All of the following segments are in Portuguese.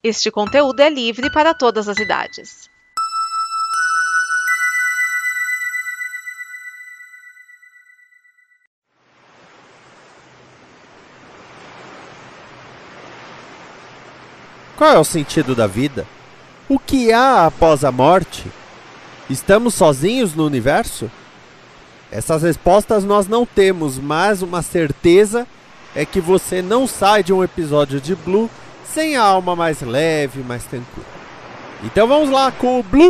Este conteúdo é livre para todas as idades. Qual é o sentido da vida? O que há após a morte? Estamos sozinhos no universo? Essas respostas nós não temos, mas uma certeza é que você não sai de um episódio de Blue sem a alma mais leve, mais tranquila. Então vamos lá com o Blue.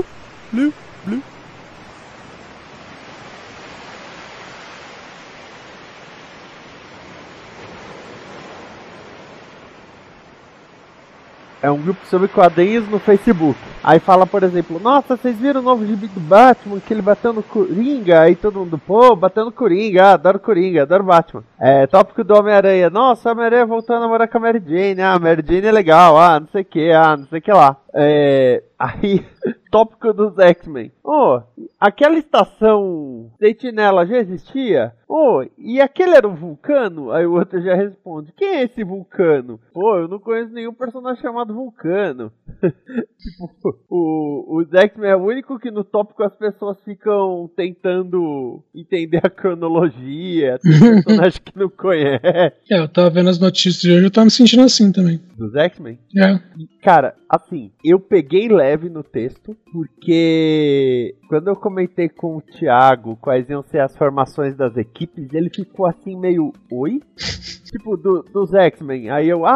É um grupo sobre quadrinhos no Facebook. Aí fala, por exemplo, nossa, vocês viram o novo gibi do Batman, que ele bateu no Coringa? Aí todo mundo, pô, bateu no Coringa, adoro Coringa, adoro Batman. Tópico do Homem-Aranha, nossa, o Homem-Aranha voltou a namorar com a Mary Jane, a Mary Jane é legal, não sei o que, não sei o que lá. Aí, tópico dos X-Men. Aquela estação Sentinela já existia? E aquele era um Vulcano? Aí o outro já responde, quem é esse Vulcano? Eu não conheço nenhum personagem chamado Vulcano. Tipo, os X-Men é o único que no tópico as pessoas ficam tentando entender a cronologia, tem personagem que não conhece. Eu tava vendo as notícias de hoje, eu tava me sentindo assim também. Dos X-Men? E, cara, assim, eu peguei leve no texto, porque quando eu comentei com o Thiago quais iam ser as formações das equipes, ele ficou assim meio, oi? Tipo, dos X-Men. Aí eu,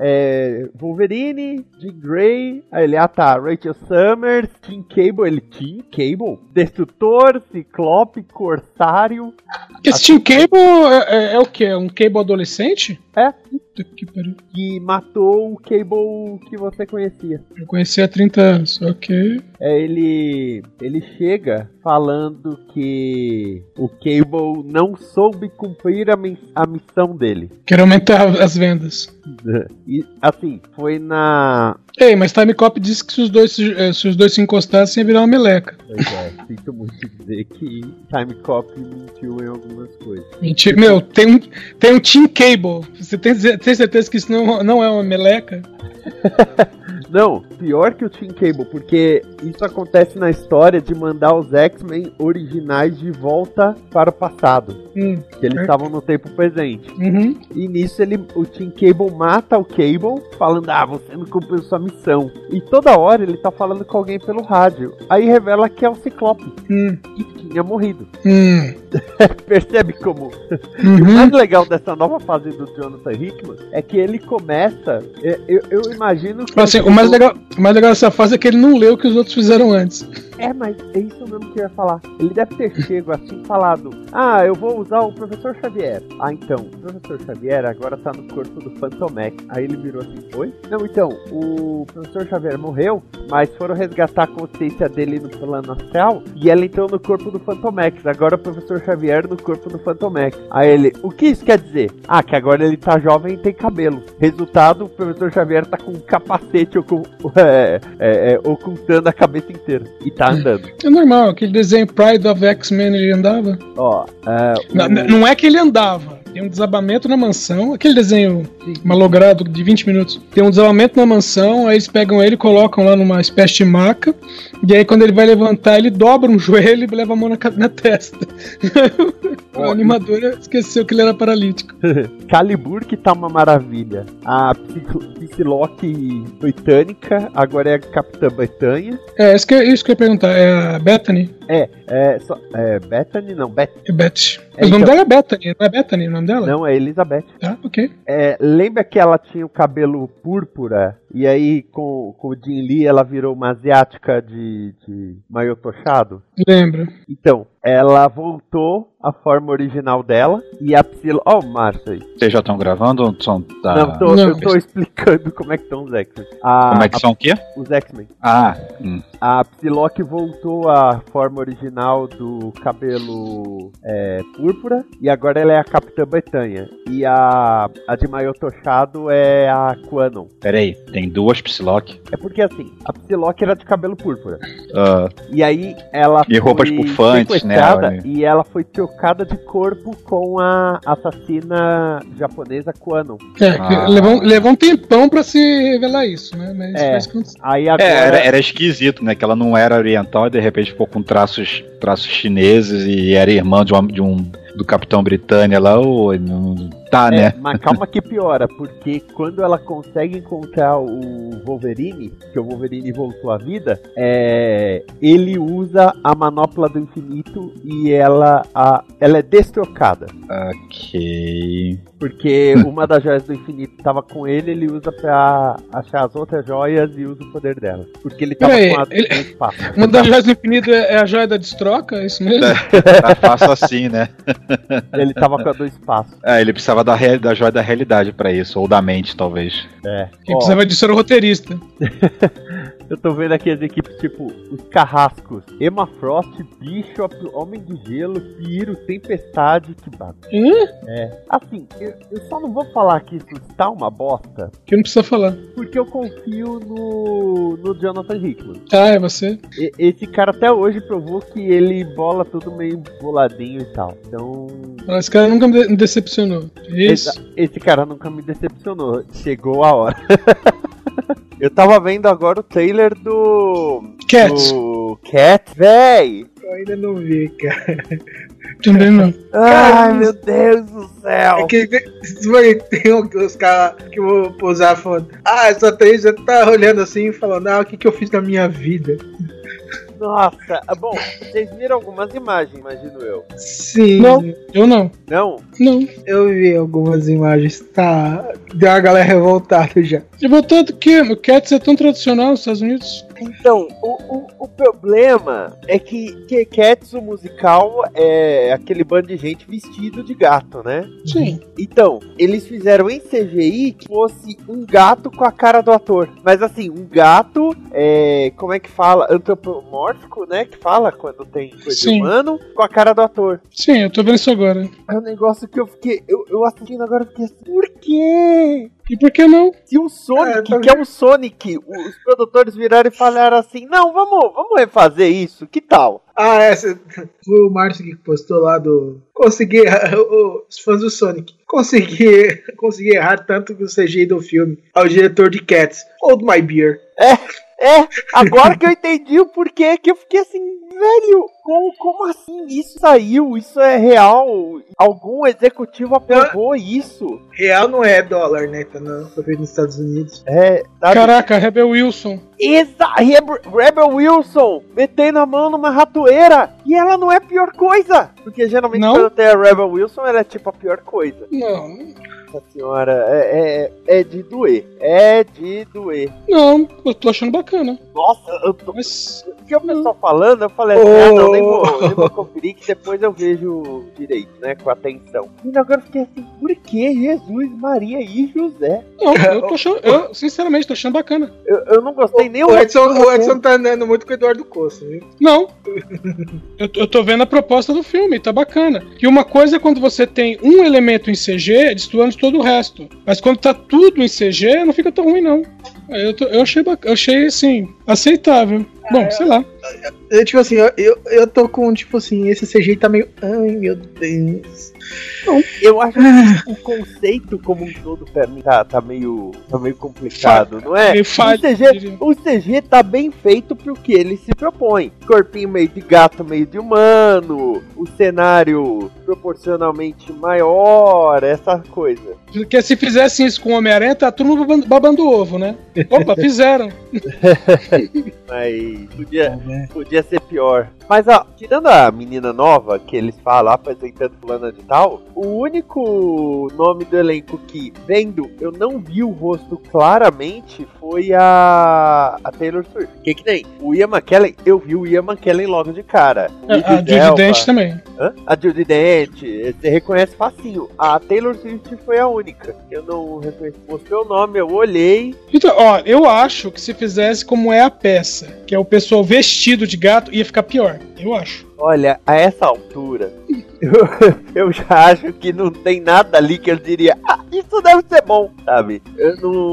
Wolverine, Jean Grey, aí ele, Rachel Summers, Tim Cable, Destrutor, Ciclope, Corsário. Esse Tim Cable é o quê? Um Cable adolescente? Puta que pariu. Que matou o Cable que você conhecia. Eu conheci há 30 anos, ok. Ele chega falando que o Cable não soube cumprir a missão dele. Quer aumentar as vendas. E, assim, foi na... Ei, mas Time Cop disse que se os dois se encostassem ia virar uma meleca. Pois sinto muito dizer que Time Cop mentiu em algumas coisas. Mentira, meu, tem um Tim Cable. Você tem certeza que isso não é uma meleca? Não, pior que o Tim Cable, porque isso acontece na história de mandar os X-Men originais de volta para o passado. Que eles estavam no tempo presente. E nisso o Tim Cable mata o Cable, falando, você não cumpriu sua missão. E toda hora ele tá falando com alguém pelo rádio. Aí revela que é o Ciclope, que tinha morrido. Percebe como? E o mais legal dessa nova fase do Jonathan Hickman é que ele começa, eu imagino que... Assim, o mais legal dessa fase é que ele não leu o que os outros fizeram antes. Mas é isso mesmo que eu ia falar. Ele deve ter chego assim, falado, eu vou usar o Professor Xavier. Então, o Professor Xavier agora tá no corpo do Fantomex. Aí ele virou assim, oi? Não, então, o Professor Xavier morreu, mas foram resgatar a consciência dele no plano astral, e ela entrou no corpo do Fantomex. Agora o Professor Xavier no corpo do Fantomex. Aí ele, o que isso quer dizer? Que agora ele tá jovem e tem cabelo. Resultado, o Professor Xavier tá com um capacete ocultando a cabeça inteira. E tá andando. É normal, aquele desenho Pride of X-Men ele andava. Não é que ele andava. Tem um desabamento na mansão, aquele desenho malogrado de 20 minutos. Tem um desabamento na mansão, aí eles pegam ele e colocam lá numa espécie de maca. E aí quando ele vai levantar, ele dobra um joelho e leva a mão na testa. O animador esqueceu que ele era paralítico. Calibur, que tá uma maravilha. A Psylocke britânica, agora é a Capitã Bretanha. Isso que eu ia perguntar, é a Bethany? Bethany não, Beth. É Beth. O nome dela é Bethany, não é Bethany o nome dela? Não, é Elizabeth. Ok. Lembra que ela tinha o cabelo púrpura? E aí com o Jim Lee ela virou uma asiática de maiô tochado? Lembro. Então, ela voltou à forma original dela e a Psylocke... Márcio aí. Vocês já estão gravando ou são... Eu tô explicando como é que estão os X-Men. Como é que são o quê? Os X-Men. A Psylocke voltou à forma original do cabelo púrpura e agora ela é a Capitã Bretanha. E a de maiô tochado é a Quanon. Peraí, tem duas Psylocke? É porque assim, a Psylocke era de cabelo púrpura. E aí ela e roupas pufantes, né? E ela foi trocada de corpo com a assassina japonesa Kwano. Levou um tempão pra se revelar isso, né? Mas aí agora... era esquisito, né? Que ela não era oriental e de repente ficou com traços chineses e era irmã do Capitão Britânia lá, né? Mas calma que piora, porque quando ela consegue encontrar o Wolverine, que o Wolverine voltou à vida, ele usa a manopla do infinito e ela é destrocada. Ok. Porque uma das joias do infinito estava com ele usa pra achar as outras joias e usa o poder dela. Porque ele tava com a do espaço. Uma das joias do infinito é a joia da destroca, é isso mesmo? Tá fácil assim, né? Ele tava com a do espaço. Ele precisava da joia da realidade pra isso, ou da mente, talvez. Quem precisava disso era o roteirista. Eu tô vendo aqui as equipes tipo os Carrascos, Emma Frost, Bishop, Homem de Gelo, Pyro, Tempestade, que assim, eu só não vou falar que isso está uma bosta. Que não precisa falar. Porque eu confio no Jonathan Hickman. É você? Esse cara até hoje provou que ele bola tudo meio boladinho e tal. Então... Esse cara nunca me decepcionou. Isso. Esse cara nunca me decepcionou. Chegou a hora. Eu tava vendo agora o trailer do Cats, véi! Eu ainda não vi, cara. Também não. Ai, meu Deus do céu! É que tem os caras que vão posar falando, essa atriz já tá olhando assim e falando, o que eu fiz na minha vida? Nossa, bom, vocês viram algumas imagens, imagino eu. Sim. Não, eu não. Não? Não. Eu vi algumas imagens, deu uma galera revoltada já. Revoltado que o Cats é tão tradicional nos Estados Unidos. Então, o problema é que Cats, o musical, é aquele bando de gente vestido de gato, né? Sim. Então, eles fizeram em CGI que fosse um gato com a cara do ator. Mas assim, um gato, como é que fala? Antropomórfico, né? Que fala quando tem coisa de humano, com a cara do ator. Sim, eu tô vendo isso agora. É um negócio que eu fiquei... Eu assistindo agora, eu fiquei assim, por quê? E por que não? Se o Sonic, que é o Sonic, os produtores viraram e falaram assim, não, vamos refazer isso, que tal? Foi o Márcio que postou lá do... os fãs do Sonic consegui errar tanto que o CGI do filme ao diretor de Cats, Hold My Beer. Agora que eu entendi o porquê, que eu fiquei assim, velho, como assim isso saiu? Isso é real? Algum executivo aprovou isso? Real não é dólar, né? Foi feito nos Estados Unidos. Caraca, Rebel Wilson. Rebel Wilson metendo a mão numa ratoeira e ela não é a pior coisa. Porque geralmente quando tem a Rebel Wilson, ela é tipo a pior coisa. Não. Nossa senhora, é de doer. É de doer. Não, eu tô achando bacana. Nossa, eu tô... Mas... O que o pessoal falando, eu falei assim, não, nem vou conferir, que depois eu vejo direito, né, com atenção. E agora eu fiquei assim, por que Jesus, Maria e José? Não, eu tô achando, eu sinceramente tô achando bacana. Eu não gostei nem o Edson tá andando muito com o Eduardo Costa, viu? Não. eu tô vendo a proposta do filme, tá bacana. Que uma coisa é quando você tem um elemento em CG, destoando todo o resto. Mas quando tá tudo em CG, não fica tão ruim, não. Eu achei assim, aceitável. Bom, sei lá. Tipo assim, eu tô com, tipo assim, esse CGI tá meio... Ai, meu Deus. Não, eu acho que o conceito como um todo pra mim tá meio complicado, não é? O CG tá bem feito pro que ele se propõe. Corpinho meio de gato, meio de humano, o cenário proporcionalmente maior, essa coisa. Porque se fizessem isso com o Homem-Aranha, tá todo mundo babando ovo, né? Opa, fizeram. Mas podia ser pior. Mas ó, tirando a menina nova que eles falam, apresentando fulana de tal, o único nome do elenco que, vendo, eu não vi o rosto claramente, foi a Taylor Swift. Que nem o Ian McKellen, eu vi o Ian McKellen logo de cara. A Judi Dench também. A Judi Dench, você reconhece facinho. A Taylor Swift foi a única. Eu não reconheci. Mostrou o nome, eu olhei. Então, ó, eu acho que se fizesse como é a peça, que é o pessoal vestido de gato, ia ficar pior. Eu acho. Olha, a essa altura, eu já acho que não tem nada ali que eu diria, isso deve ser bom, sabe? Eu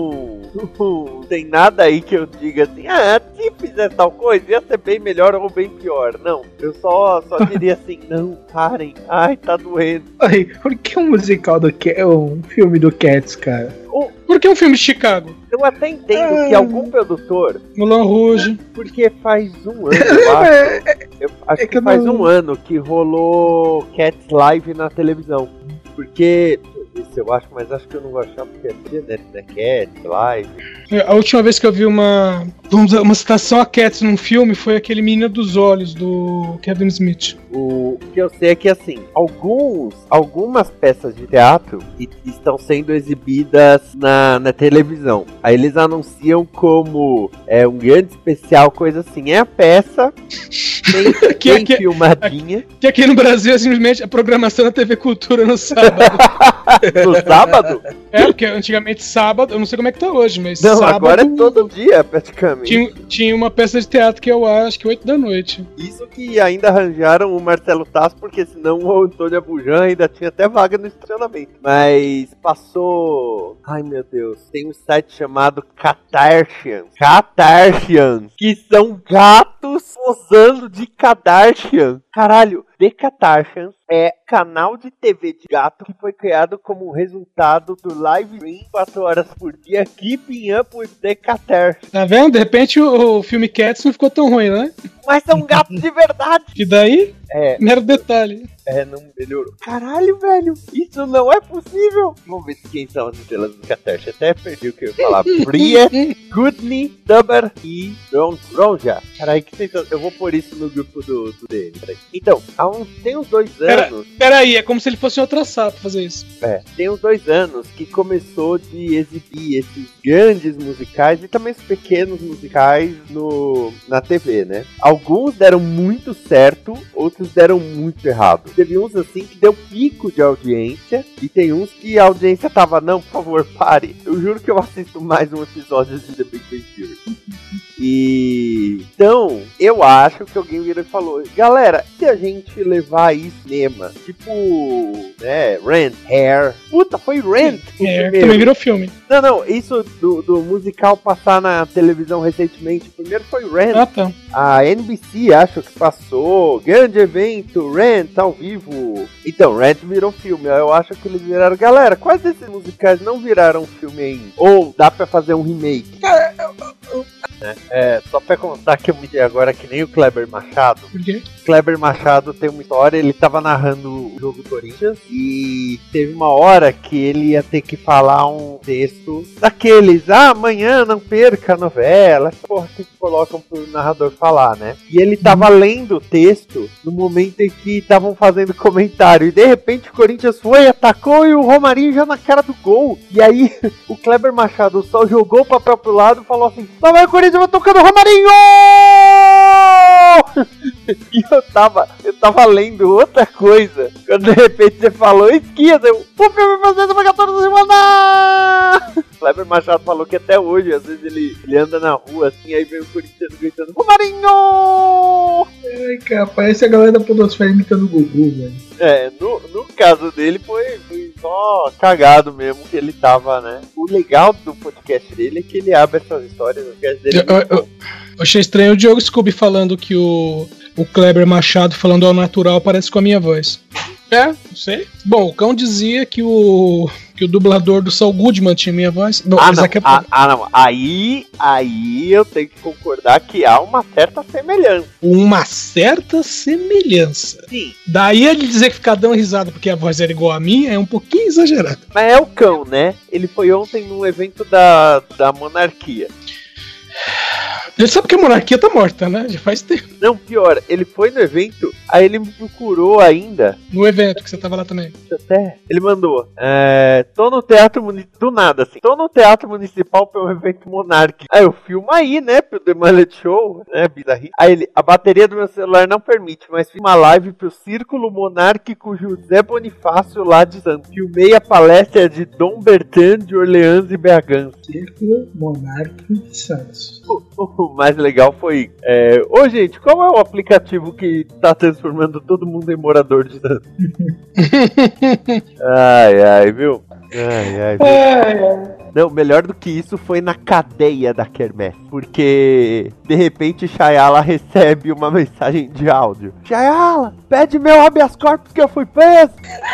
não tem nada aí que eu diga assim, se fizer tal coisa ia ser bem melhor ou bem pior. Não, eu só diria assim, não, parem, ai, tá doendo. Ai, por que um musical um filme do Cats, cara? Por que um filme de Chicago? Eu até entendo que algum produtor... Moulin Rouge. Porque faz um ano, eu acho. Eu acho que faz um ano que rolou Cats Live na televisão. Porque... Isso eu acho, mas acho que eu não vou achar porque é dia, né? Cats Live. A última vez que eu vi uma citação a Cats num filme foi aquele Menino dos Olhos, do Kevin Smith. O que eu sei é que, assim, algumas peças de teatro estão sendo exibidas na televisão. Aí eles anunciam como um grande especial, coisa assim. É a peça, bem filmadinha. Que aqui no Brasil é simplesmente a programação da TV Cultura no sábado. No sábado? Porque antigamente sábado, eu não sei como é que tá hoje, mas não, sábado... agora é todo dia, praticamente. Tinha uma peça de teatro que eu acho que 8 da noite. Isso que ainda arranjaram o Marcelo Tasso, porque senão o Antônio Abujan ainda tinha até vaga no estacionamento. Mas passou... Ai, meu Deus. Tem um site chamado Kardashian, que são gatos posando de Kardashian. Caralho, The Kardashians é canal de TV de gato que foi criado como resultado do live stream 4 horas por dia Keeping Up with the Kardashians. Tá vendo? De repente o filme Cats não ficou tão ruim, né? Mas são gatos de verdade. E daí? Mero detalhe. Não melhorou. Caralho, velho, isso não é possível. Vamos ver quem são as estrelas do Kardashian. Até perdi o que eu ia falar. Bria, Courtney, Dubber e Ronja. Caralho, que sensação. Eu vou pôr isso no grupo do dele. Então, tem uns 2 anos... Peraí, é como se ele fosse outra sala pra fazer isso. Tem uns 2 anos que começou de exibir esses grandes musicais e também os pequenos musicais na TV, né? Alguns deram muito certo, outros deram muito errado. Teve uns assim que deu pico de audiência e tem uns que a audiência tava, não, por favor, pare. Eu juro que eu assisto mais um episódio de The Big Bang Theory. Então, eu acho que alguém virou e falou, galera, se a gente levar isso cinema, tipo, Rent, Hair. Puta, foi Rent. Também virou filme. Não, isso do musical passar na televisão recentemente, primeiro foi Rent. Tá. A NBC, acho que passou, grande evento, Rent, ao vivo. Então, Rent virou filme, eu acho que eles viraram, galera, quais desses musicais não viraram filme ainda? Ou dá pra fazer um remake? Só pra contar que eu me dei agora que nem o Kleber Machado. Por quê? Kleber Machado tem uma história, ele tava narrando o jogo do Corinthians e teve uma hora que ele ia ter que falar um texto daqueles, amanhã não perca a novela, essa porra que colocam pro narrador falar, né? E ele tava lendo o texto no momento em que estavam fazendo comentário e de repente o Corinthians foi, atacou e o Romarinho já na cara do gol. E aí o Kleber Machado só jogou o papel pro lado e falou assim, lá vai o Corinthians, vai tocando o Romarinho! E eu tava lendo outra coisa. Quando de repente você falou esquerda, o filme francês vai 14 semanas! Kleber Machado falou que até hoje, às vezes ele anda na rua assim, aí vem o Corinthians gritando Romarinho! Ai, cara, parece a galera da Podosfera imitando o Gugu, velho. No caso dele foi só cagado mesmo que ele tava, né? O legal do podcast dele é que ele abre essas histórias. Eu achei estranho o Diogo Scooby falando que o Kleber Machado falando ao natural parece com a minha voz. Não sei. Bom, o Cão dizia que o dublador do Saul Goodman tinha minha voz. Bom, não. Aí eu tenho que concordar que há uma certa semelhança. Uma certa semelhança. Sim. Daí ele dizer que ficar dando risada porque a voz era igual a minha é um pouquinho exagerado. Mas é o Cão, né? Ele foi ontem num evento da monarquia. Ele sabe que a monarquia tá morta, né? Já faz tempo. Não, pior, ele foi no evento, aí ele me procurou ainda. No evento, que você tava lá também. Ele mandou, tô no teatro municipal, do nada assim, tô no teatro municipal pelo evento Monark. Aí eu filmo aí, né, pro The Mullet Show, né, bizarrinho. Aí ele, a bateria do meu celular não permite, mas fiz uma live pro Círculo Monárquico José Bonifácio lá de Santos. Filmei a palestra de Dom Bertrand de Orleans e Bragança. Círculo Monárquico de Santos. O mais legal foi... Ô, gente, qual é o aplicativo que tá transformando todo mundo em morador de dança? Ai, viu? Viu? Não, melhor do que isso foi na cadeia da Quermesse. Porque, de repente, Chayala recebe uma mensagem de áudio. Chayala, pede meu habeas corpus que eu fui preso.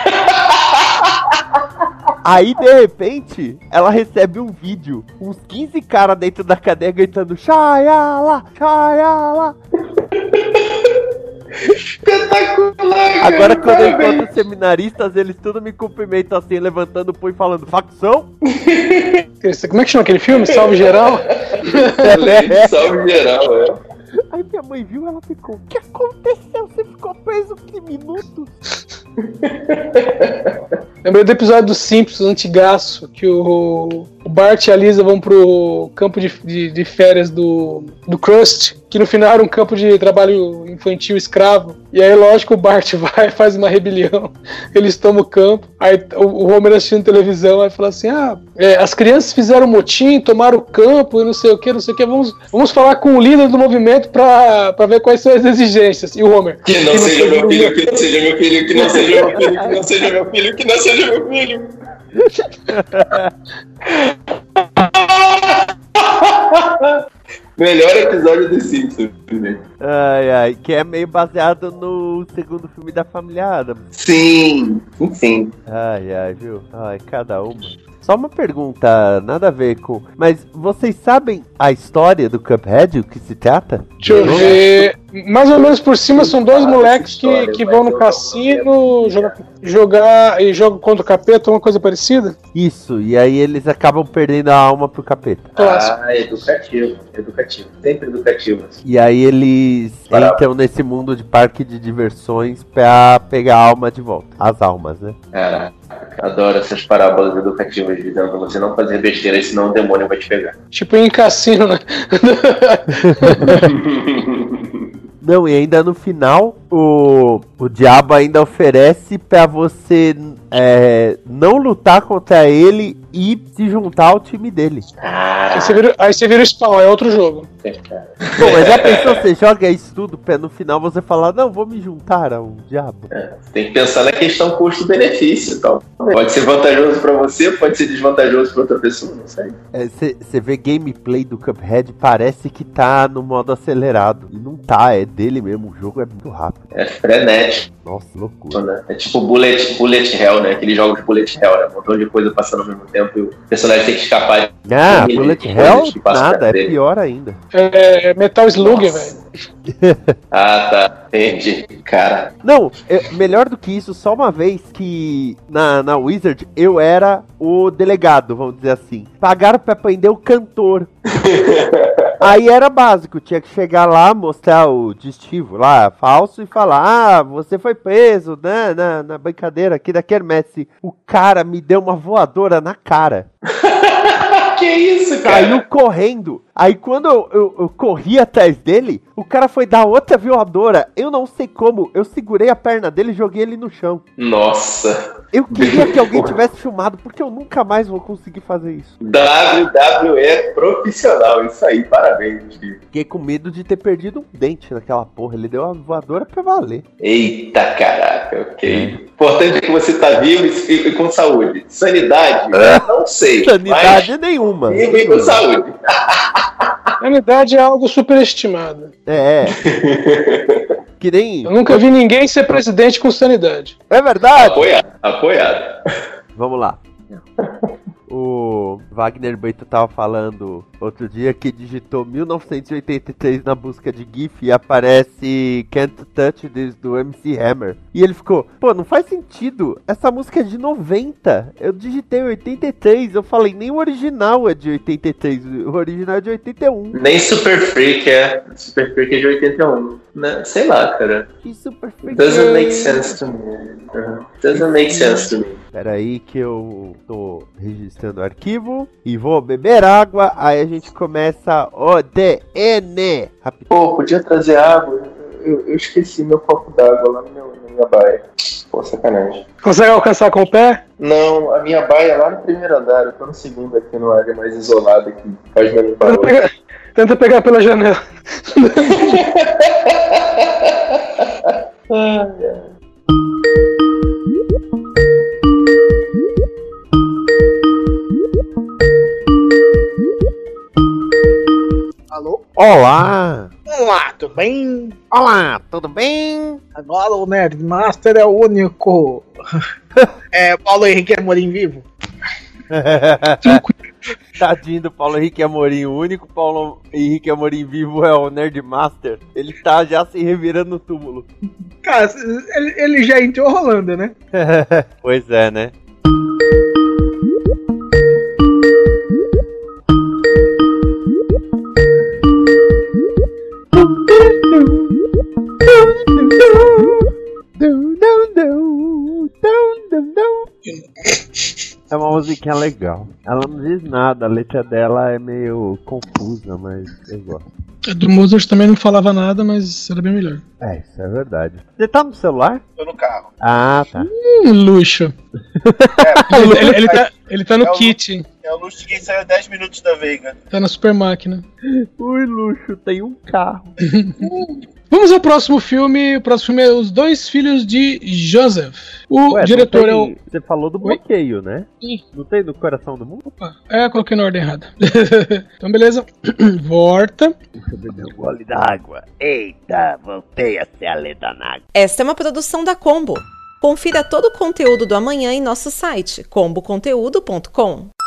Aí, de repente, ela recebe um vídeo. Uns 15 caras dentro da cadeia gritando Chayala, Chayala. Espetacular! Agora, quando eu encontro os seminaristas, eles tudo me cumprimentam assim, levantando o punho e falando facção. Como é que chama aquele filme? Salve Geral? Salve Geral, Aí minha mãe viu, ela ficou, o que aconteceu? Você ficou preso que minutos? Lembrei do episódio do Simpsons, antigaço, que o Bart e a Lisa vão pro campo de férias do Krusty, que no final era um campo de trabalho infantil escravo. E aí, lógico, o Bart vai e faz uma rebelião. Eles tomam o campo. Aí o Homer assistindo televisão, aí fala assim, as crianças fizeram motim, tomaram o campo e não sei o que. Vamos falar com o líder do movimento pra ver quais são as exigências. E o Homer... Que não seja meu filho, que não seja meu filho, que não seja meu filho, que não seja meu filho, que não seja meu filho. Melhor episódio do Simpsons. Que é meio baseado no segundo filme da família Addams. Sim. Viu? Cada uma. Só uma pergunta, nada a ver com... Mas vocês sabem a história do Cuphead, o que se trata? Deixa eu ver... Mais ou menos por cima são dois moleques que vão no cassino e jogam contra o capeta, uma coisa parecida? Isso, e aí eles acabam perdendo a alma pro capeta. Educativo. Sempre educativo. E aí eles entram nesse mundo de parque de diversões pra pegar a alma de volta. As almas, né? Caraca, adoro essas parábolas educativas dizendo pra você não fazer besteira, senão o demônio vai te pegar. Tipo em cassino, né? Não, e ainda no final, o diabo ainda oferece pra você não lutar contra ele e se juntar ao time dele. Aí você vira o Spawn, é outro jogo. Pô, mas já pensou, você joga isso tudo pra no final você falar, não, vou me juntar ao diabo. Tem que pensar na questão custo-benefício e tal. Pode ser vantajoso pra você, pode ser desvantajoso pra outra pessoa, não sei. Você vê gameplay do Cuphead, parece que tá no modo acelerado. E não tá, é dele mesmo, o jogo é muito rápido. É frenético. Nossa, loucura. É tipo Bullet Hell, né? Aquele jogo de Bullet Hell, né? Um montão de coisa passando ao mesmo tempo e o personagem tem que escapar. Bullet Hell? Nada, é pior ainda. É Metal Slug, velho. Tá. Entendi, cara. Não, melhor do que isso, só uma vez que na Wizard eu era o delegado, vamos dizer assim. Pagaram pra prender o cantor. Aí era básico, tinha que chegar lá, mostrar o distintivo lá, falso, e falar, você foi preso, né, na brincadeira aqui da Quermesse. O cara me deu uma voadora na cara. Que isso, cara? Saiu correndo. Aí quando eu corri atrás dele, o cara foi dar outra voadora. Eu não sei como, eu segurei a perna dele e joguei ele no chão. Nossa. Eu queria que alguém tivesse filmado, porque eu nunca mais vou conseguir fazer isso. WWE profissional, isso aí, parabéns, filho. Fiquei com medo de ter perdido um dente naquela porra. Ele deu uma voadora pra valer. Eita, caraca, ok. Importante é que você tá vivo e com saúde. Sanidade, não sei. Sanidade nenhuma. Vivo e com saúde. Sanidade é algo superestimado. Que nem... Eu nunca vi ninguém ser presidente com sanidade. É verdade? Apoiado. Vamos lá. O Wagner Brito tava falando outro dia que digitou 1983 na busca de GIF e aparece Can't Touch This do MC Hammer. E ele ficou, pô, não faz sentido, essa música é de 90, eu digitei 83, eu falei, nem o original é de 83, o original é de 81. Nem Super Freak é de 81, né? Sei lá, cara. Que Super Freak Doesn't make sense to me. Doesn't make sense to me. Espera aí que eu tô registrando o arquivo e vou beber água, aí a gente começa o DN. Rápido. Pô, podia trazer água? Eu esqueci meu copo d'água lá na minha baia. Pô, sacanagem. Consegue alcançar com o pé? Não, a minha baia é lá no primeiro andar, eu tô no segundo aqui no área mais isolada que faz menos barulho. Tenta pegar pela janela. Alô? Olá! Olá, tudo bem? Olá, tudo bem? Agora o Nerdmaster é o único. Paulo Henrique Amorim vivo. Tadinho do Paulo Henrique Amorim, o único Paulo Henrique Amorim vivo é o Nerdmaster. Ele tá já se revirando no túmulo. Cara, ele já entrou rolando, né? Pois é, né? É uma musiquinha legal. Ela não diz nada, a letra dela é meio confusa, mas eu gosto. A do Mozart também não falava nada, mas era bem melhor. Isso é verdade. Você tá no celular? Tô no carro. Ah, tá. Luxo. Ele tá no kit. É o luxo de quem saiu 10 minutos da Veiga. Tá na super máquina. Ui, luxo, tem um carro. Vamos ao próximo filme. O próximo filme é Os Dois Filhos de Joseph. O diretor é o... Você falou do bloqueio, né? Sim. Não tem do Coração do Mundo? Opa, coloquei na ordem errada. Então, beleza. Volta. Deixa eu beber um gole d'água. Eita, voltei a ser a lenda na água. Esta é uma produção da Combo. Confira todo o conteúdo do amanhã em nosso site comboconteúdo.com.